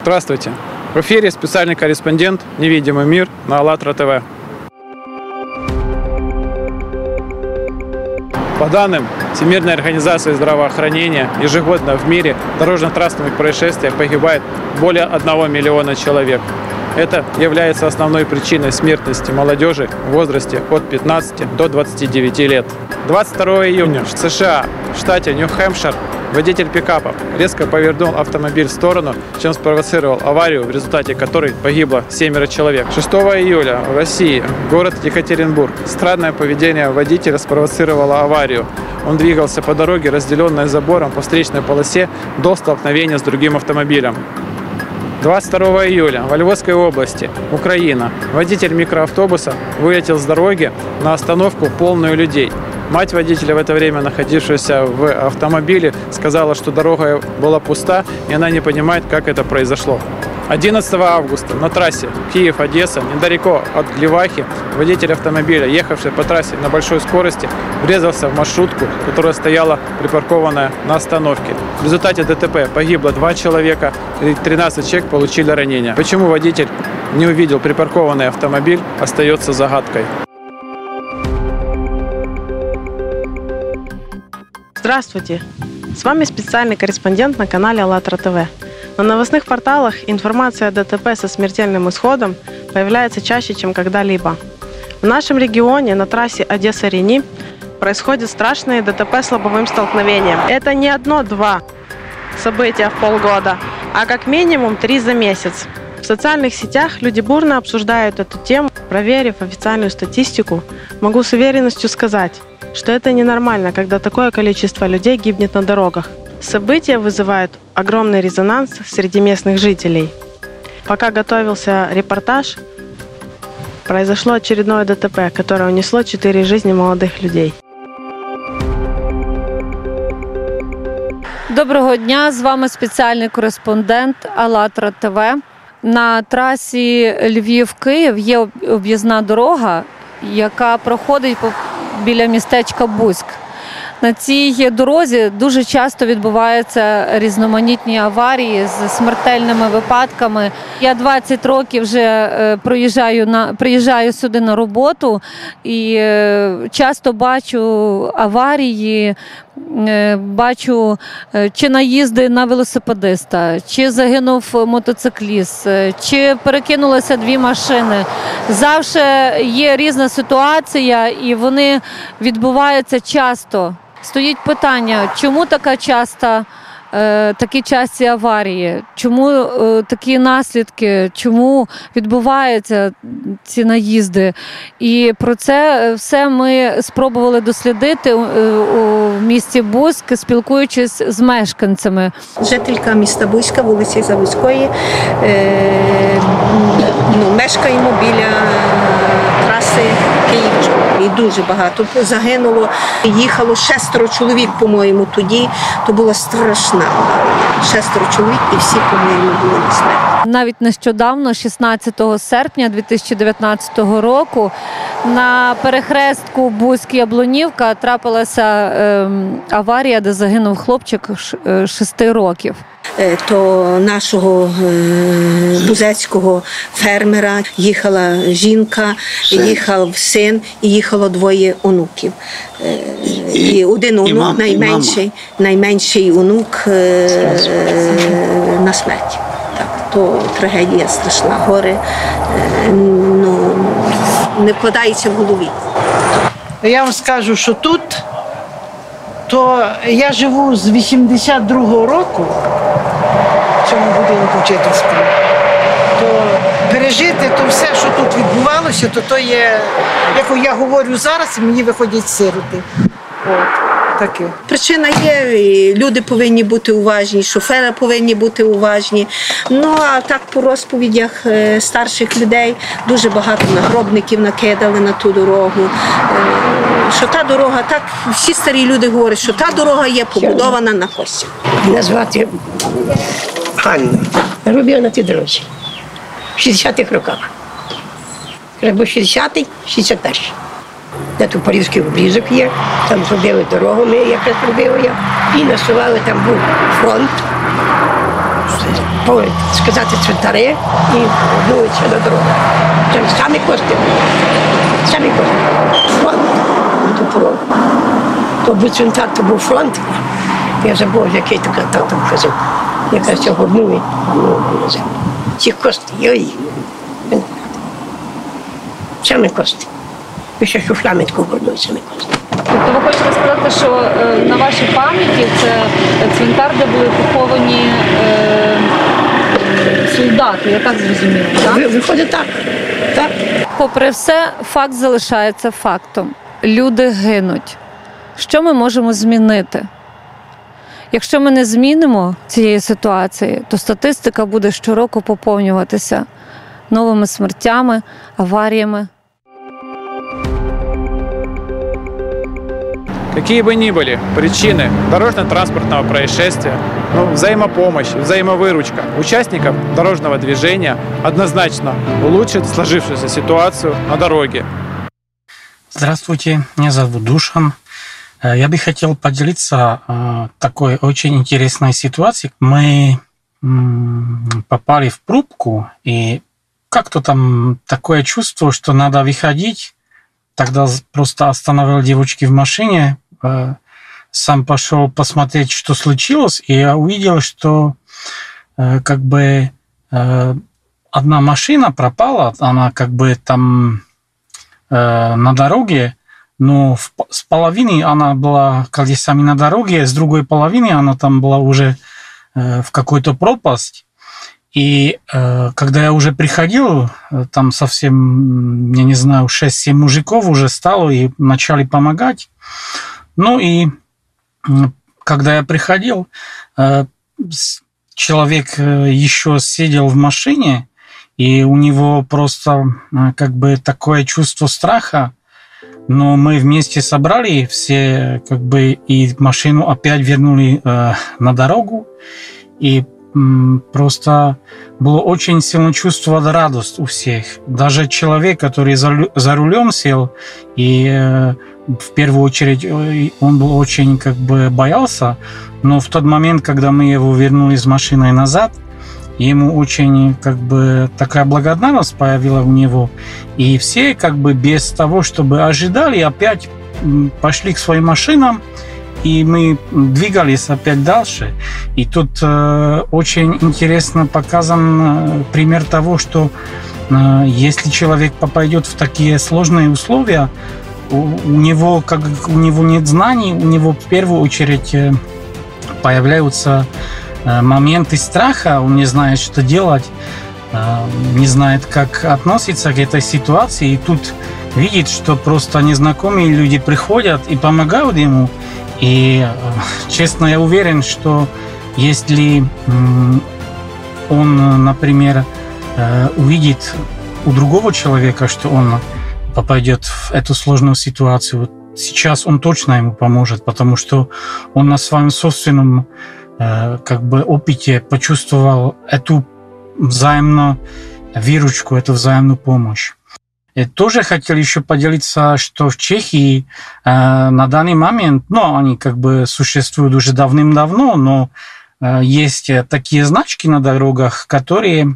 Здравствуйте. В эфире специальный корреспондент «Невидимый мир» на АЛЛАТРА ТВ. По данным Всемирной организации здравоохранения, ежегодно в мире в дорожно-транспортных происшествиях погибает более 1 миллиона человек. Это является основной причиной смертности молодежи в возрасте от 15 до 29 лет. 22 июня в США, в штате Нью-Хэмпшир, водитель пикапа резко повернул автомобиль в сторону, чем спровоцировал аварию, в результате которой погибло 7 человек. 6 июля в России, город Екатеринбург. Странное поведение водителя спровоцировало аварию. Он двигался по дороге, разделенной забором по встречной полосе, до столкновения с другим автомобилем. 22 июля во Львовской области, Украина, водитель микроавтобуса вылетел с дороги на остановку, полную людей. Мать водителя, в это время находившаяся в автомобиле, сказала, что дорога была пуста, и она не понимает, как это произошло. 11 августа на трассе Киев-Одесса, недалеко от Глевахи, водитель автомобиля, ехавший по трассе на большой скорости, врезался в маршрутку, которая стояла припаркованная на остановке. В результате ДТП погибло 2 человека, и 13 человек получили ранения. Почему водитель не увидел припаркованный автомобиль, остается загадкой. Здравствуйте! С вами специальный корреспондент на канале АЛЛАТРА ТВ. На новостных порталах информация о ДТП со смертельным исходом появляется чаще, чем когда-либо. В нашем регионе на трассе Одесса-Рени происходят страшные ДТП с лобовым столкновением. Это не 1-2 события в полгода, а как минимум 3 за месяц. В социальных сетях люди бурно обсуждают эту тему. Проверив официальную статистику, могу с уверенностью сказать, что это ненормально, когда такое количество людей гибнет на дорогах. События вызывают огромный резонанс среди местных жителей. Пока готовился репортаж, произошло очередное ДТП, которое унесло 4 жизни молодых людей. Доброго дня, з вами спеціальний кореспондент АЛЛАТРА ТВ. На трасі Львів-Київ є об'їзна дорога, яка проходить біля містечка Буськ. На цій дорозі дуже часто відбуваються різноманітні аварії з смертельними випадками. Я 20 років вже приїжджаю сюди на роботу і часто бачу аварії, бачу чи наїзди на велосипедиста, чи загинув мотоцикліст, чи перекинулися 2 машини. Завжди є різна ситуація і вони відбуваються часто. Стоїть питання, чому такі часті аварії, чому такі наслідки, чому відбуваються ці наїзди. І про це все ми спробували дослідити у місті Буськ, спілкуючись з мешканцями. Жителька міста Буська, вулиці Заводської, мешкаємо біля траси Київ. І дуже багато загинуло. Їхало 6 чоловік, по-моєму, тоді. То була страшна. 6 чоловік і всі, по-моєму, були на смерті. Навіть нещодавно, 16 серпня 2019 року, на перехрестку Буськ-Яблунівка трапилася аварія, де загинув хлопчик 6 років. То нашого бузецького фермера їхала жінка, їхав син і їхало 2 онуків. І один онук, найменший онук, на смерті. Так, то трагедія страшна, горе не вкладається в голові. Я вам скажу, що тут, то я живу з 82-го року в цьому будинку вчительському, то пережити то все, що тут відбувалося, то є, як я говорю зараз, мені виходять сироти. Таке. Причина є, і люди повинні бути уважні, шофери повинні бути уважні. Ну, а так по розповідях старших людей дуже багато нагробників накидали на ту дорогу. Що та дорога, так всі старі люди говорять, що та дорога є побудована на костях. Мене звати Анна. Робила на тій дорозі. В 60-х роках. Треба 60-й, 61-й. Де тут Паризький обрізок є, там зробили дорогу, ми якраз робили я. І насували, там був фронт. сказати цвинтари і вулиця на дорогу. Самі кости. Самі кости. Фронт. То фронт. То був цвинтар, то був фронт. Я забув, який там казав. Яка цього горнули на землю. Ці кости, йой. Самі кости. І ще шуфлями таку горнули самі кости. Тобто ви хочете сказати, що на вашій пам'яті це цвинтар, де були поховані солдати, я так зрозуміла, так? Виходить так. Так. Попри все, факт залишається фактом. Люди гинуть. Що ми можемо змінити? Якщо ми не змінимо цієї ситуації, то статистика буде щороку поповнюватися новими смертями, аваріями. Какие бы ни были причины дорожно-транспортного происшествия, взаимопомощь, взаимовыручка участников дорожного движения однозначно улучшит сложившуюся ситуацию на дороге. Здравствуйте, меня зовут Душан. Я бы хотел поделиться такой очень интересной ситуацией. Мы попали в пробку, и как-то там такое чувство, что надо выходить. Тогда просто остановил девочки в машине, сам пошел посмотреть, что случилось, и я увидел, что как бы одна машина пропала, она как бы там на дороге, но с половины она была колесами на дороге, с другой половины она там была уже в какой-то пропасть. И когда я уже приходил, там совсем, я не знаю, 6-7 мужиков уже стало и начали помогать. Ну и когда я приходил, человек еще сидел в машине, и у него просто как бы такое чувство страха. Но мы вместе собрали все, как бы, и машину опять вернули на дорогу. И просто было очень сильное чувство радости у всех. Даже человек, который за рулем сел, и в первую очередь он был очень как бы боялся, но в тот момент, когда мы его вернули с машиной назад, ему очень как бы такая благодарность появилась у него. И все как бы без того, чтобы ожидали, опять пошли к своим машинам, и мы двигались опять дальше. И тут очень интересно показан пример того, что если человек попадет в такие сложные условия, у него нет знаний, у него в первую очередь появляются моменты страха, он не знает, что делать, не знает, как относиться к этой ситуации. И тут видит, что просто незнакомые люди приходят и помогают ему. И, честно, я уверен, что если он, например, увидит у другого человека, что он попадет в эту сложную ситуацию, сейчас он точно ему поможет, потому что он на своем собственном как бы опыте почувствовал эту взаимную выручку, эту взаимную помощь. И тоже хотел еще поделиться, что в Чехии на данный момент, они как бы существуют уже давным-давно, но есть такие значки на дорогах, которые,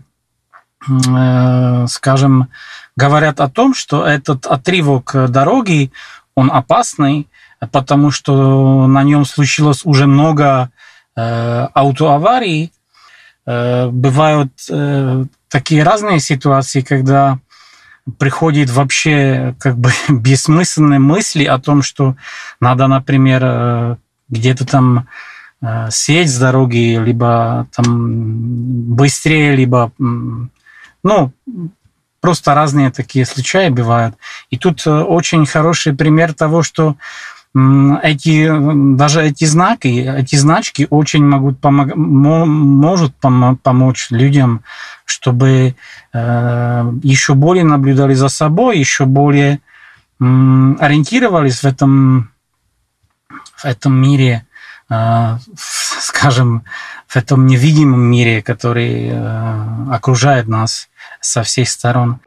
скажем, говорят о том, что этот отрывок дороги, он опасный, потому что на нем случилось уже много автоаварий. Бывают такие разные ситуации, когда приходит вообще как бы бессмысленные мысли о том, что надо, например, где-то там съесть с дороги, либо там быстрее, либо просто разные такие случаи бывают. И тут очень хороший пример того, что даже эти значки очень может помочь людям, чтобы еще более наблюдали за собой, еще более ориентировались в этом мире, скажем, в этом невидимом мире, который окружает нас со всех сторон.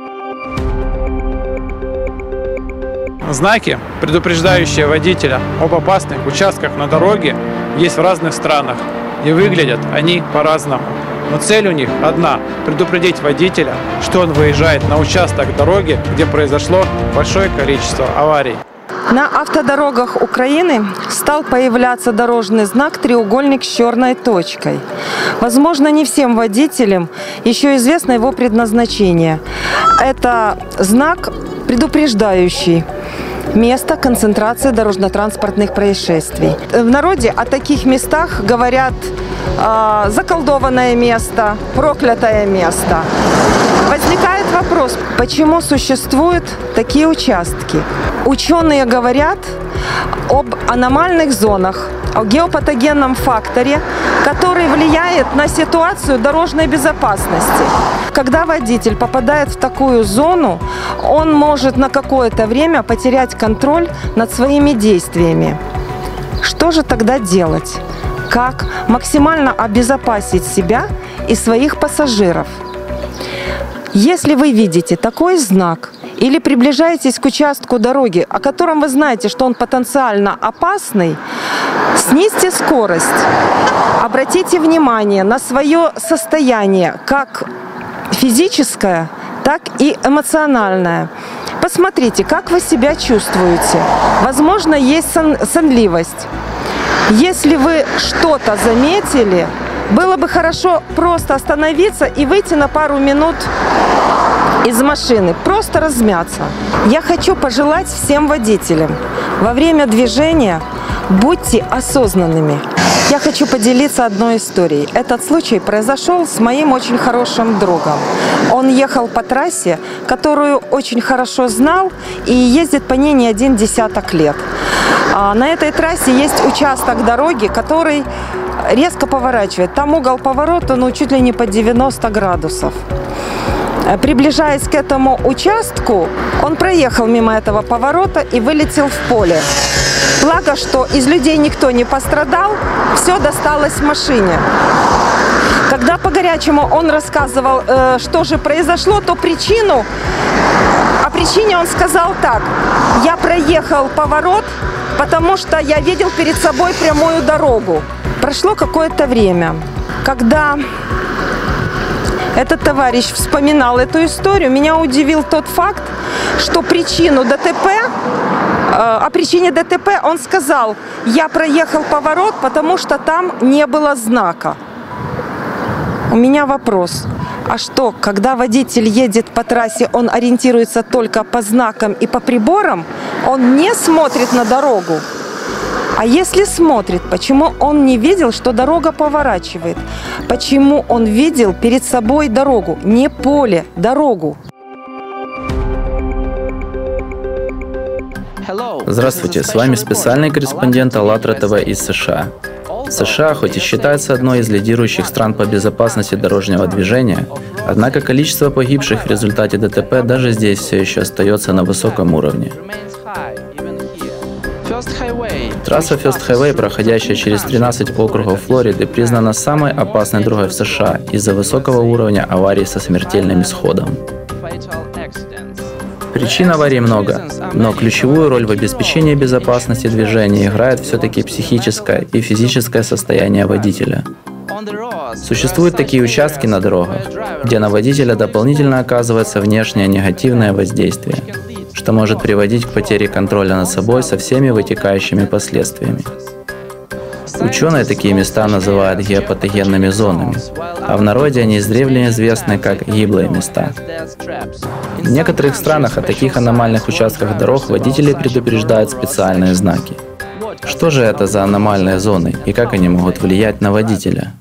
Знаки, предупреждающие водителя об опасных участках на дороге, есть в разных странах. и выглядят они по-разному. Но цель у них одна – предупредить водителя, что он выезжает на участок дороги, где произошло большое количество аварий. На автодорогах Украины стал появляться дорожный знак «Треугольник с черной точкой». Возможно, не всем водителям еще известно его предназначение. Это знак, предупреждающий место концентрации дорожно-транспортных происшествий. В народе о таких местах говорят заколдованное место, проклятое место. Возникает вопрос, почему существуют такие участки? Ученые говорят об аномальных зонах, о геопатогенном факторе, который влияет на ситуацию дорожной безопасности. Когда водитель попадает в такую зону, он может на какое-то время потерять контроль над своими действиями. Что же тогда делать? Как максимально обезопасить себя и своих пассажиров? Если вы видите такой знак или приближаетесь к участку дороги, о котором вы знаете, что он потенциально опасный, снизьте скорость, обратите внимание на свое состояние, как физическое, так и эмоциональное. Посмотрите, как вы себя чувствуете. Возможно, есть сонливость. Если вы что-то заметили, было бы хорошо просто остановиться и выйти на пару минут из машины, просто размяться. Я хочу пожелать всем водителям: во время движения будьте осознанными. Я хочу поделиться одной историей. Этот случай произошел с моим очень хорошим другом. Он ехал по трассе, которую очень хорошо знал, и ездит по ней не один десяток лет. На этой трассе есть участок дороги, который резко поворачивает. Там угол поворота, чуть ли не по 90 градусов. Приближаясь к этому участку, он проехал мимо этого поворота и вылетел в поле. Благо, что из людей никто не пострадал, все досталось машине. Когда по-горячему он рассказывал, что же произошло, то о причине он сказал так: я проехал поворот, потому что я видел перед собой прямую дорогу. Прошло какое-то время, когда этот товарищ вспоминал эту историю, меня удивил тот факт, что о причине ДТП он сказал: я проехал поворот, потому что там не было знака. У меня вопрос: а что, когда водитель едет по трассе, он ориентируется только по знакам и по приборам, он не смотрит на дорогу? А если смотрит, почему он не видел, что дорога поворачивает? Почему он видел перед собой дорогу? Не поле, дорогу. Здравствуйте, с вами специальный корреспондент АЛЛАТРА ТВ из США. США, хоть и считается одной из лидирующих стран по безопасности дорожного движения, однако количество погибших в результате ДТП даже здесь все еще остается на высоком уровне. Трасса First Highway, проходящая через 13 округов Флориды, признана самой опасной дорогой в США из-за высокого уровня аварий со смертельным исходом. Причин аварий много, но ключевую роль в обеспечении безопасности движения играет все-таки психическое и физическое состояние водителя. Существуют такие участки на дорогах, где на водителя дополнительно оказывается внешнее негативное воздействие, что может приводить к потере контроля над собой со всеми вытекающими последствиями. Ученые такие места называют геопатогенными зонами, а в народе они издревле известны как гиблые места. В некоторых странах о таких аномальных участках дорог водители предупреждают специальные знаки. Что же это за аномальные зоны и как они могут влиять на водителя?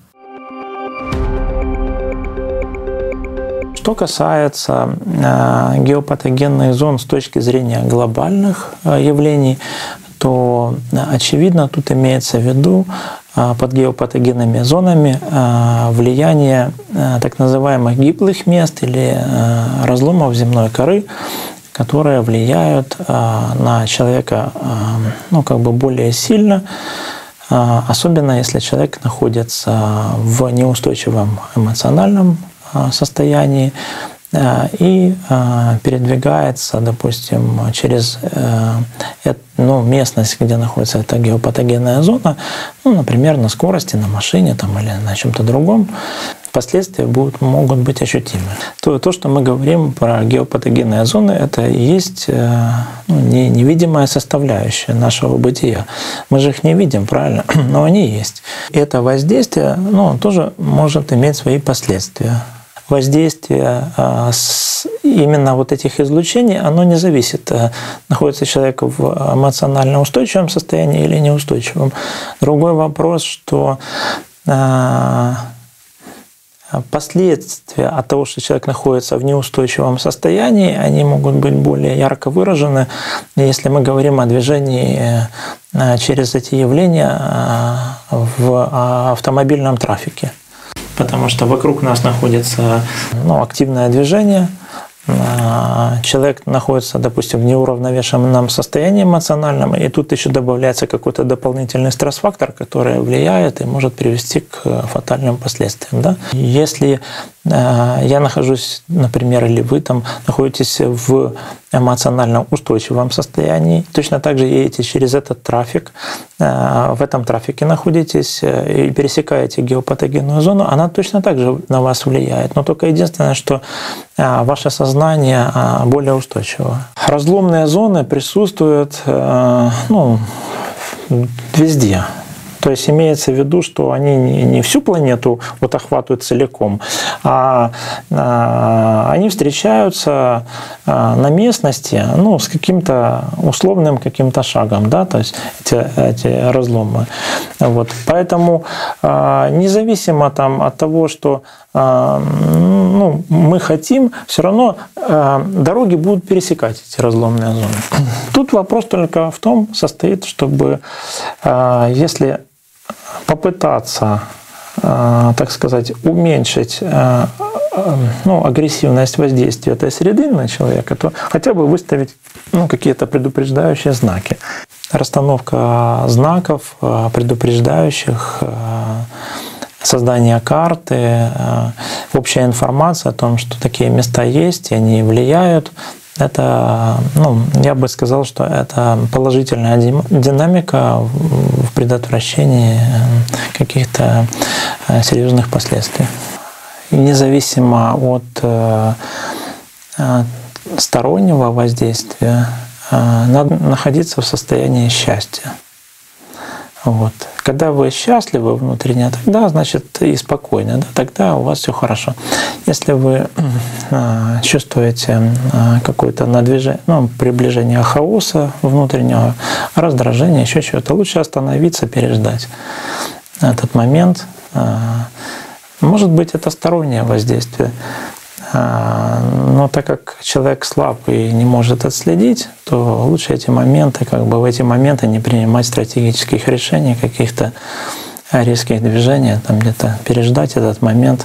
Что касается геопатогенных зон с точки зрения глобальных явлений, то, очевидно, тут имеется в виду под геопатогенными зонами влияние так называемых гиблых мест или разломов земной коры, которые влияют на человека более сильно, особенно если человек находится в неустойчивом эмоциональном состоянии и передвигается, допустим, через местность, где находится эта геопатогенная зона, например, на скорости, на машине или на чем-то другом, последствия могут быть ощутимы. То, что мы говорим про геопатогенные зоны, это и есть невидимая составляющая нашего бытия. Мы же их не видим, правильно? Но они есть. И это воздействие тоже может иметь свои последствия. Воздействие именно вот этих излучений, оно не зависит, находится человек в эмоционально устойчивом состоянии или неустойчивом. Другой вопрос, что последствия от того, что человек находится в неустойчивом состоянии, они могут быть более ярко выражены, если мы говорим о движении через эти явления в автомобильном трафике. Потому что вокруг нас находится активное движение, человек находится, допустим, в неуравновешенном состоянии эмоциональном, и тут еще добавляется какой-то дополнительный стресс-фактор, который влияет и может привести к фатальным последствиям. Да? Если я нахожусь, например, или вы находитесь в эмоционально устойчивом состоянии, точно так же едете через этот трафик, в этом трафике находитесь и пересекаете геопатогенную зону, она точно так же на вас влияет. Но только единственное, что ваше сознание более устойчиво. Разломные зоны присутствуют везде. То есть имеется в виду, что они не всю планету охватывают целиком, а они встречаются на местности с каким-то условным каким-то шагом, да, то есть эти разломы. Поэтому независимо от того, что мы хотим, все равно дороги будут пересекать эти разломные зоны. Тут вопрос только в том состоит, чтобы если попытаться, так сказать, уменьшить агрессивность воздействия этой среды на человека, то хотя бы выставить какие-то предупреждающие знаки. Расстановка знаков, предупреждающих, создание карты, общая информация о том, что такие места есть, и они влияют. Это, я бы сказал, что это положительная динамика в предотвращении каких-то серьезных последствий. И независимо от стороннего воздействия, надо находиться в состоянии счастья. Когда вы счастливы внутренне, тогда, значит, и спокойно, да, тогда у вас все хорошо. Если вы чувствуете какое-то приближение хаоса внутреннего, раздражения, еще чего-то, лучше остановиться, переждать этот момент. Может быть, это стороннее воздействие. Но так как человек слаб и не может отследить, то лучше в эти моменты не принимать стратегических решений, каких-то резких движений, где-то переждать этот момент.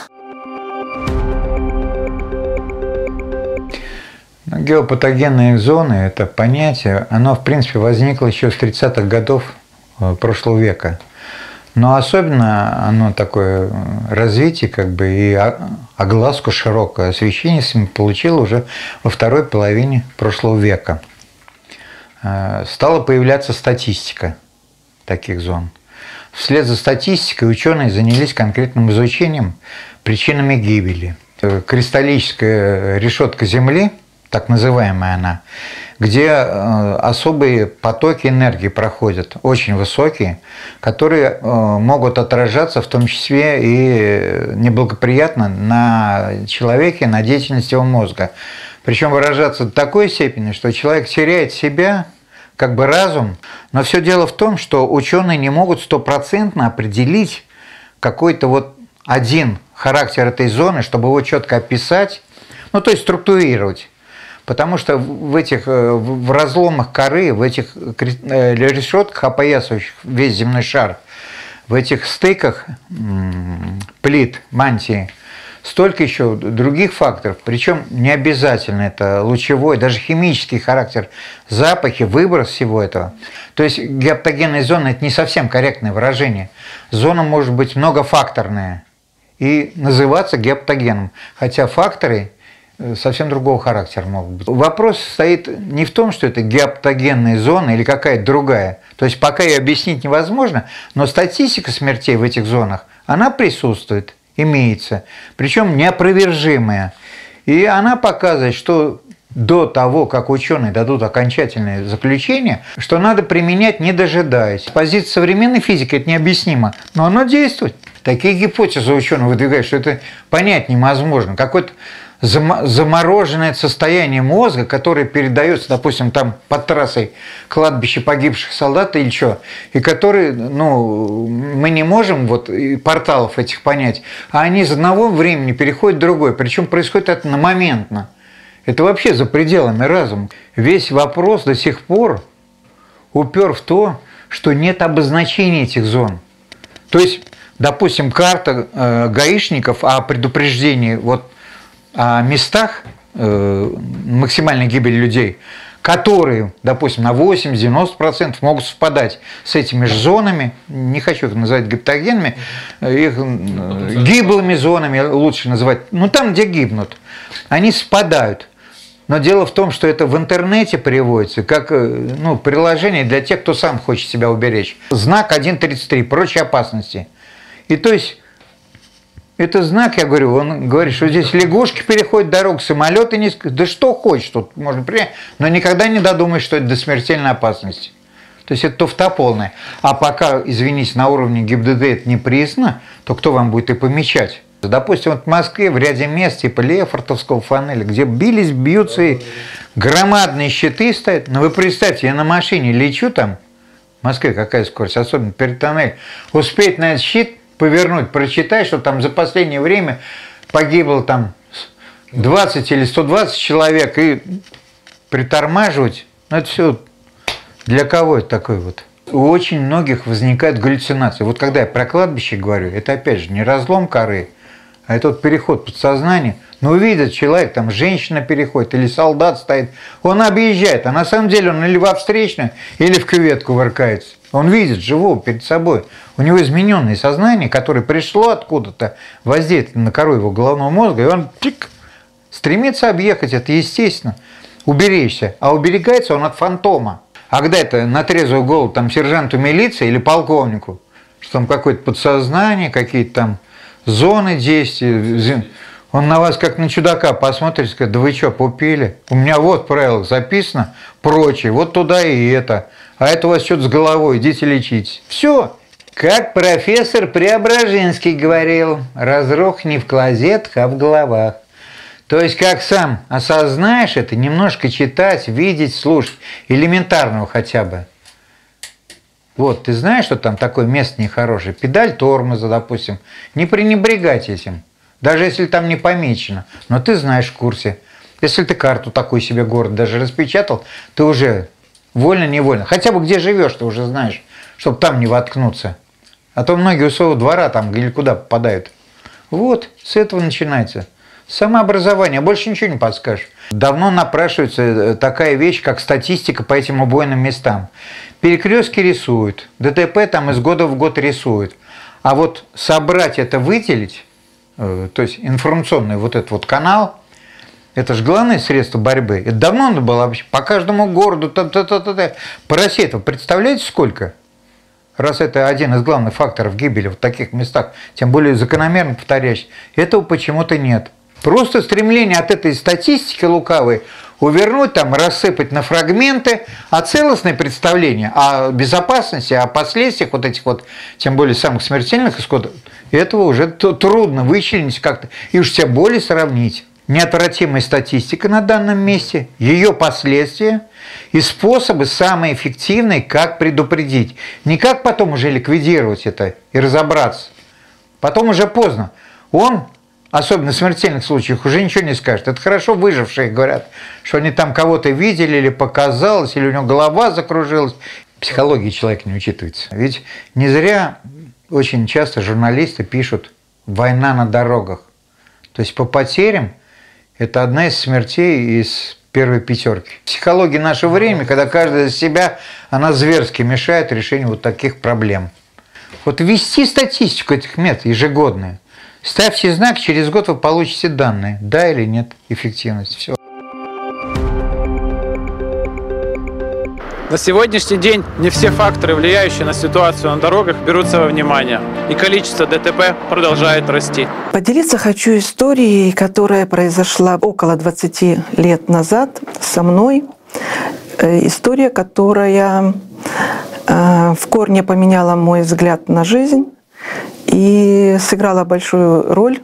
Геопатогенные зоны – это понятие, оно, в принципе, возникло еще с 30-х годов прошлого века. Но особенно оно такое развитие, и огласку широкое освещение получило уже во второй половине прошлого века. Стала появляться статистика таких зон. Вслед за статистикой ученые занялись конкретным изучением причинами гибели. Кристаллическая решетка Земли, так называемая она, где особые потоки энергии проходят, очень высокие, которые могут отражаться в том числе и неблагоприятно на человеке, на деятельности его мозга. Причем выражаться до такой степени, что человек теряет себя, разум. Но все дело в том, что ученые не могут стопроцентно определить какой-то один характер этой зоны, чтобы его четко описать, то есть структурировать. Потому что в разломах коры, в этих решетках, опоясывающих весь земной шар, в этих стыках плит, мантии, столько еще других факторов, причем не обязательно это лучевой, даже химический характер, запахи, выброс всего этого. То есть геопатогенная зона – это не совсем корректное выражение. Зона может быть многофакторная и называться геопатогеном, хотя факторы совсем другого характера могут быть. Вопрос стоит не в том, что это геоптогенная зона или какая-то другая. То есть пока ее объяснить невозможно, но статистика смертей в этих зонах, она присутствует, имеется, причем неопровержимая. И она показывает, что до того, как ученые дадут окончательное заключение, что надо применять, не дожидаясь. С позиции современной физики это необъяснимо, но оно действует. Такие гипотезы ученые выдвигают, что это понять невозможно. Какое-то замороженное состояние мозга, которое передается, допустим, там под трассой кладбища погибших солдат или что, и которые, мы не можем порталов этих понять, а они из одного времени переходят в другое, причем происходит это моментно. Это вообще за пределами разума. Весь вопрос до сих пор упер в то, что нет обозначения этих зон. То есть, допустим, карта гаишников о предупреждении о местах максимальной гибели людей, которые, допустим, на 80-90% могут совпадать с этими же зонами, не хочу их называть гептогенными, их гиблыми зонами лучше называть, там, где гибнут, они совпадают. Но дело в том, что это в интернете переводится как приложение для тех, кто сам хочет себя уберечь. Знак 1.33, прочие опасности. И то есть, это знак, я говорю, он говорит, что здесь лягушки переходят дорогу, самолеты низко, да что хочешь, тут можно принять, но никогда не додумаешь, что это до смертельной опасности. То есть это туфта полная. А пока, извините, на уровне ГИБДД это не признано, то кто вам будет и помечать? Допустим, в Москве в ряде мест, типа Лефортовского фанеля, где бьются и громадные щиты стоят, но вы представьте, я на машине лечу там, в Москве какая скорость, особенно перед тоннелем, успеть на этот щит повернуть, прочитай, что там за последнее время погибло там 20 или 120 человек, и притормаживать, это все для кого это такое У очень многих возникают галлюцинации. Когда я про кладбище говорю, это опять же не разлом коры, а это переход подсознания. Увидит человек, там женщина переходит или солдат стоит, он объезжает, а на самом деле он или во встречную, или в кюветку выркается. Он видит живого перед собой. У него измененное сознание, которое пришло откуда-то, воздействует на кору его головного мозга, и он стремится объехать, это естественно, уберечься. А уберегается он от фантома. А когда это на трезвую голову сержанту милиции или полковнику, что там какое-то подсознание, какие-то там зоны действия, он на вас как на чудака посмотрит и скажет, да вы что, попили? У меня в правилах записано, прочее, туда и это. А это у вас что-то с головой, идите лечить. Все. Как профессор Преображенский говорил, разрух не в клозетах, а в головах. То есть, как сам осознаешь это, немножко читать, видеть, слушать, элементарного хотя бы. Ты знаешь, что там такое место нехорошее? Педаль тормоза, допустим. Не пренебрегать этим. Даже если там не помечено. Но ты знаешь в курсе. Если ты карту такую себе город даже распечатал, ты уже вольно-невольно. Хотя бы где живешь, ты уже знаешь, чтобы там не воткнуться. А то многие у своего двора там или куда попадают. С этого начинается. Самообразование, больше ничего не подскажешь. Давно напрашивается такая вещь, как статистика по этим убойным местам. Перекрестки рисуют, ДТП там из года в год рисуют. А собрать это, выделить, то есть информационный этот канал, это же главное средство борьбы. Это давно надо было вообще по каждому городу, по России этого представляете сколько? Раз это один из главных факторов гибели в таких местах, тем более закономерно повторяющийся, этого почему-то нет. Просто стремление от этой статистики лукавой увернуть, рассыпать на фрагменты, а целостное представление о безопасности, о последствиях этих тем более самых смертельных исходов, этого уже трудно вычленить как-то, и уж тем более сравнить. Неотвратимая статистика на данном месте, ее последствия и способы самые эффективные, как предупредить. Не как потом уже ликвидировать это и разобраться. Потом уже поздно. Особенно в смертельных случаях, уже ничего не скажет. Это хорошо выжившие говорят, что они там кого-то видели или показалось, или у него голова закружилась. Психология человека не учитывается. Ведь не зря очень часто журналисты пишут «война на дорогах». То есть по потерям это одна из смертей из первой пятерки. Психология нашего времени, когда каждый за себя, она зверски мешает решению таких проблем. Вести статистику этих мест ежегодную, Ставьте знак, через год вы получите данные, да или нет, эффективность. Все. На сегодняшний день не все факторы, влияющие на ситуацию на дорогах, берутся во внимание, и количество ДТП продолжает расти. Поделиться хочу историей, которая произошла около 20 лет назад со мной. История, которая в корне поменяла мой взгляд на жизнь и сыграла большую роль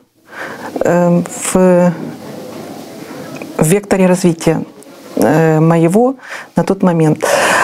в векторе развития моего на тот момент.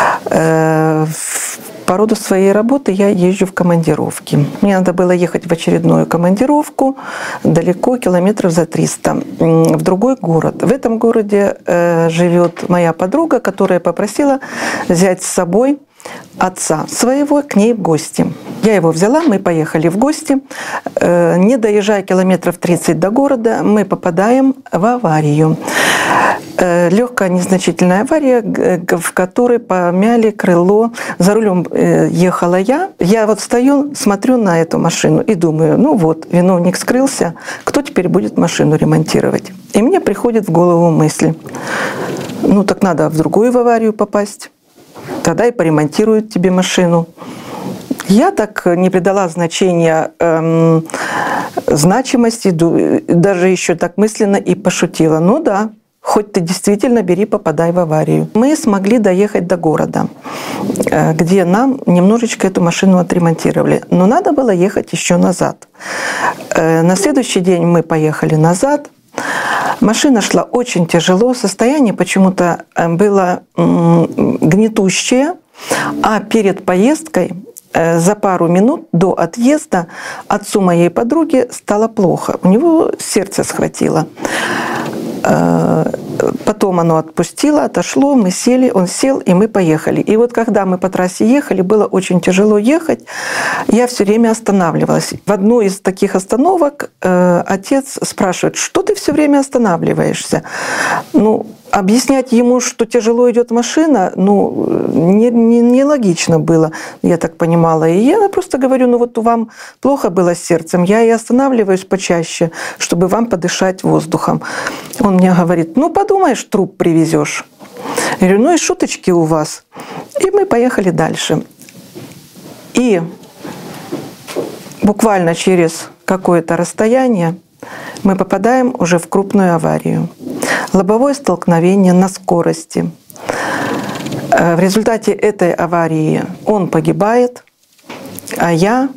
По роду своей работы я езжу в командировки. Мне надо было ехать в очередную командировку далеко, километров за 300, в другой город. В этом городе живет моя подруга, которая попросила взять с собой отца своего к ней в гости. Я его взяла, мы поехали в гости. Не доезжая километров 30 до города, мы попадаем в аварию. Легкая незначительная авария, в которой помяли крыло. За рулем ехала я. Я вот стою, смотрю на эту машину и думаю, ну вот, виновник скрылся, кто теперь будет машину ремонтировать? И мне приходит в голову мысль, ну так надо в другую аварию попасть, тогда и поремонтируют тебе машину. Я так не придала значения значимости, даже еще так мысленно и пошутила. Ну да, хоть ты действительно бери, попадай в аварию. Мы смогли доехать до города, где нам немножечко эту машину отремонтировали. Но надо было ехать еще назад. На следующий день мы поехали назад. Машина шла очень тяжело, состояние почему-то было гнетущее, а перед поездкой за пару минут до отъезда отцу моей подруги стало плохо. У него сердце схватило. Потом оно отпустило, отошло, мы сели, он сел, и мы поехали. И вот когда мы по трассе ехали, было очень тяжело ехать, я все время останавливалась. В одной из таких остановок отец спрашивает, что ты все время останавливаешься? Ну, объяснять ему, что тяжело идет машина, ну, нелогично было, я так понимала. И я просто говорю, ну вот вам плохо было с сердцем, я и останавливаюсь почаще, чтобы вам подышать воздухом. Он мне говорит, ну подумаешь, труп привезешь. Я говорю, ну и шуточки у вас. И мы поехали дальше. И буквально через какое-то расстояние мы попадаем уже в крупную аварию. Лобовое столкновение на скорости. В результате этой аварии он погибает, а я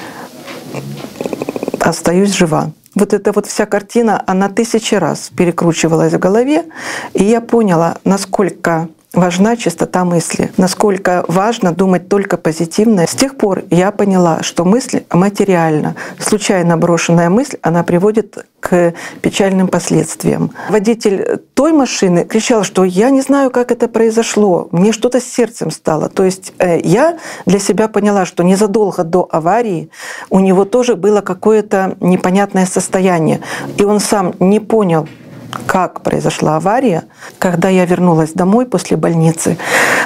остаюсь жива. Вот эта вот вся картина, она 1000 раз перекручивалась в голове, и я поняла, насколько важна чистота мысли, насколько важно думать только позитивное. С тех пор я поняла, что мысль материальна. Случайно брошенная мысль, она приводит к печальным последствиям. Водитель той машины кричал, что я не знаю, как это произошло, мне что-то с сердцем стало. То есть я для себя поняла, что незадолго до аварии у него тоже было какое-то непонятное состояние, и он сам не понял, как произошла авария. Когда я вернулась домой после больницы,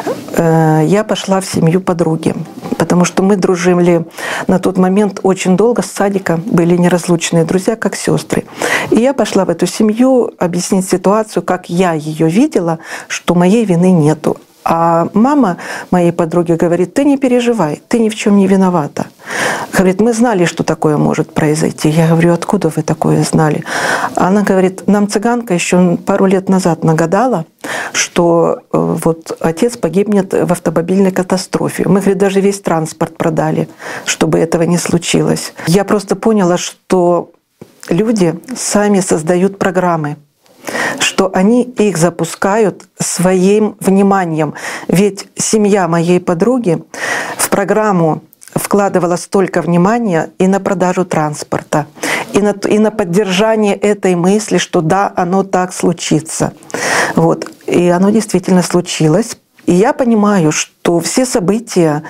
я пошла в семью подруги, потому что мы дружили на тот момент очень долго, с садика, были неразлучные друзья, как сестры. И я пошла в эту семью объяснить ситуацию, как я ее видела, что моей вины нету. А мама моей подруги говорит, ты не переживай, ты ни в чем не виновата. Говорит, мы знали, что такое может произойти. Я говорю, откуда вы такое знали? Она говорит, нам цыганка еще пару лет назад нагадала, что вот отец погибнет в автомобильной катастрофе. Мы, говорит, даже весь транспорт продали, чтобы этого не случилось. Я просто поняла, что люди сами создают программы, что они их запускают своим вниманием. Ведь семья моей подруги в программу вкладывала столько внимания и на продажу транспорта, и на поддержание этой мысли, что да, оно так случится. Вот. И оно действительно случилось. И я понимаю, что все события,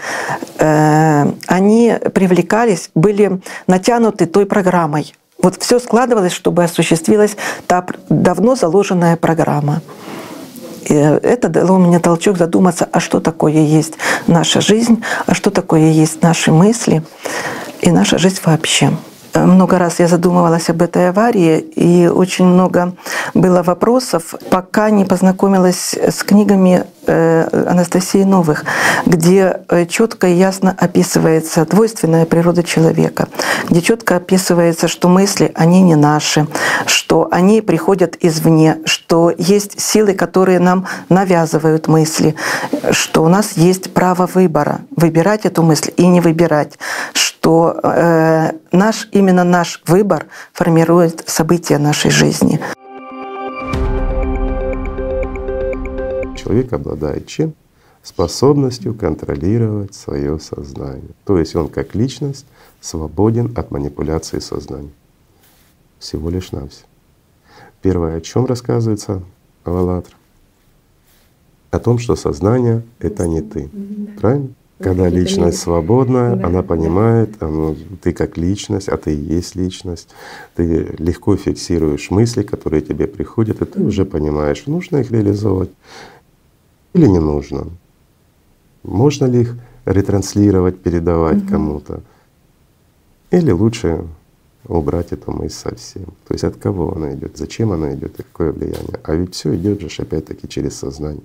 они привлекались, были натянуты той программой. Вот все складывалось, чтобы осуществилась та давно заложенная программа. И это дало мне толчок задуматься, а что такое есть наша жизнь, а что такое есть наши мысли и наша жизнь вообще. Много раз я задумывалась об этой аварии, и очень много было вопросов, пока не познакомилась с книгами Анастасии Новых, где четко и ясно описывается двойственная природа человека, где четко описывается, что мысли, они не наши, что они приходят извне, что есть силы, которые нам навязывают мысли, что у нас есть право выбора, выбирать эту мысль и не выбирать, что именно наш выбор формирует события нашей жизни. Человек обладает чем? Способностью контролировать свое сознание. То есть он как личность свободен от манипуляции сознанием. Всего лишь навсего. Первое, о чем рассказывается в «АЛЛАТРА»? О том, что сознание — это не ты. Правильно? Когда личность свободная, она понимает, ты как личность, а ты и есть личность, ты легко фиксируешь мысли, которые тебе приходят, и ты уже понимаешь, нужно их реализовать или не нужно. Можно ли их ретранслировать, передавать кому-то, или лучше убрать эту мысль совсем. То есть от кого она идет, зачем она идет и какое влияние. А ведь все идет же опять-таки через сознание.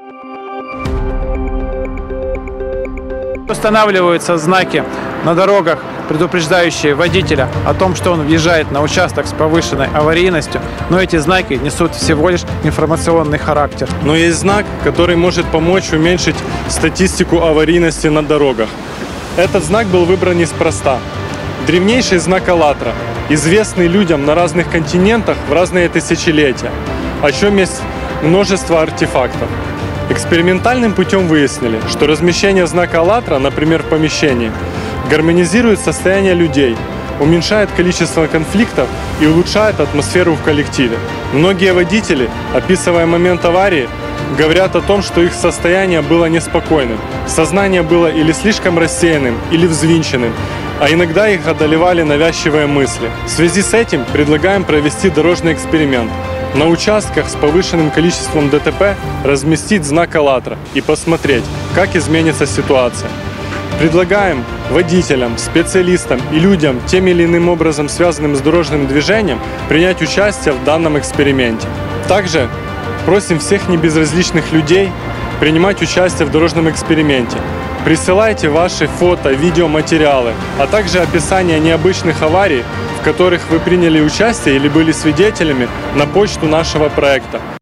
Устанавливаются знаки на дорогах, предупреждающие водителя о том, что он въезжает на участок с повышенной аварийностью, но эти знаки несут всего лишь информационный характер. Но есть знак, который может помочь уменьшить статистику аварийности на дорогах. Этот знак был выбран неспроста. Древнейший знак «АЛЛАТРА», известный людям на разных континентах в разные тысячелетия, о чем есть множество артефактов. Экспериментальным путем выяснили, что размещение знака «АЛЛАТРА», например, в помещении, гармонизирует состояние людей, уменьшает количество конфликтов и улучшает атмосферу в коллективе. Многие водители, описывая момент аварии, говорят о том, что их состояние было неспокойным, сознание было или слишком рассеянным, или взвинченным, а иногда их одолевали навязчивые мысли. В связи с этим предлагаем провести дорожный эксперимент. На участках с повышенным количеством ДТП разместить знак «АЛЛАТРА» и посмотреть, как изменится ситуация. Предлагаем водителям, специалистам и людям, тем или иным образом связанным с дорожным движением, принять участие в данном эксперименте. Также просим всех небезразличных людей принимать участие в дорожном эксперименте. Присылайте ваши фото, видеоматериалы, а также описание необычных аварий, в которых вы приняли участие или были свидетелями, на почту нашего проекта.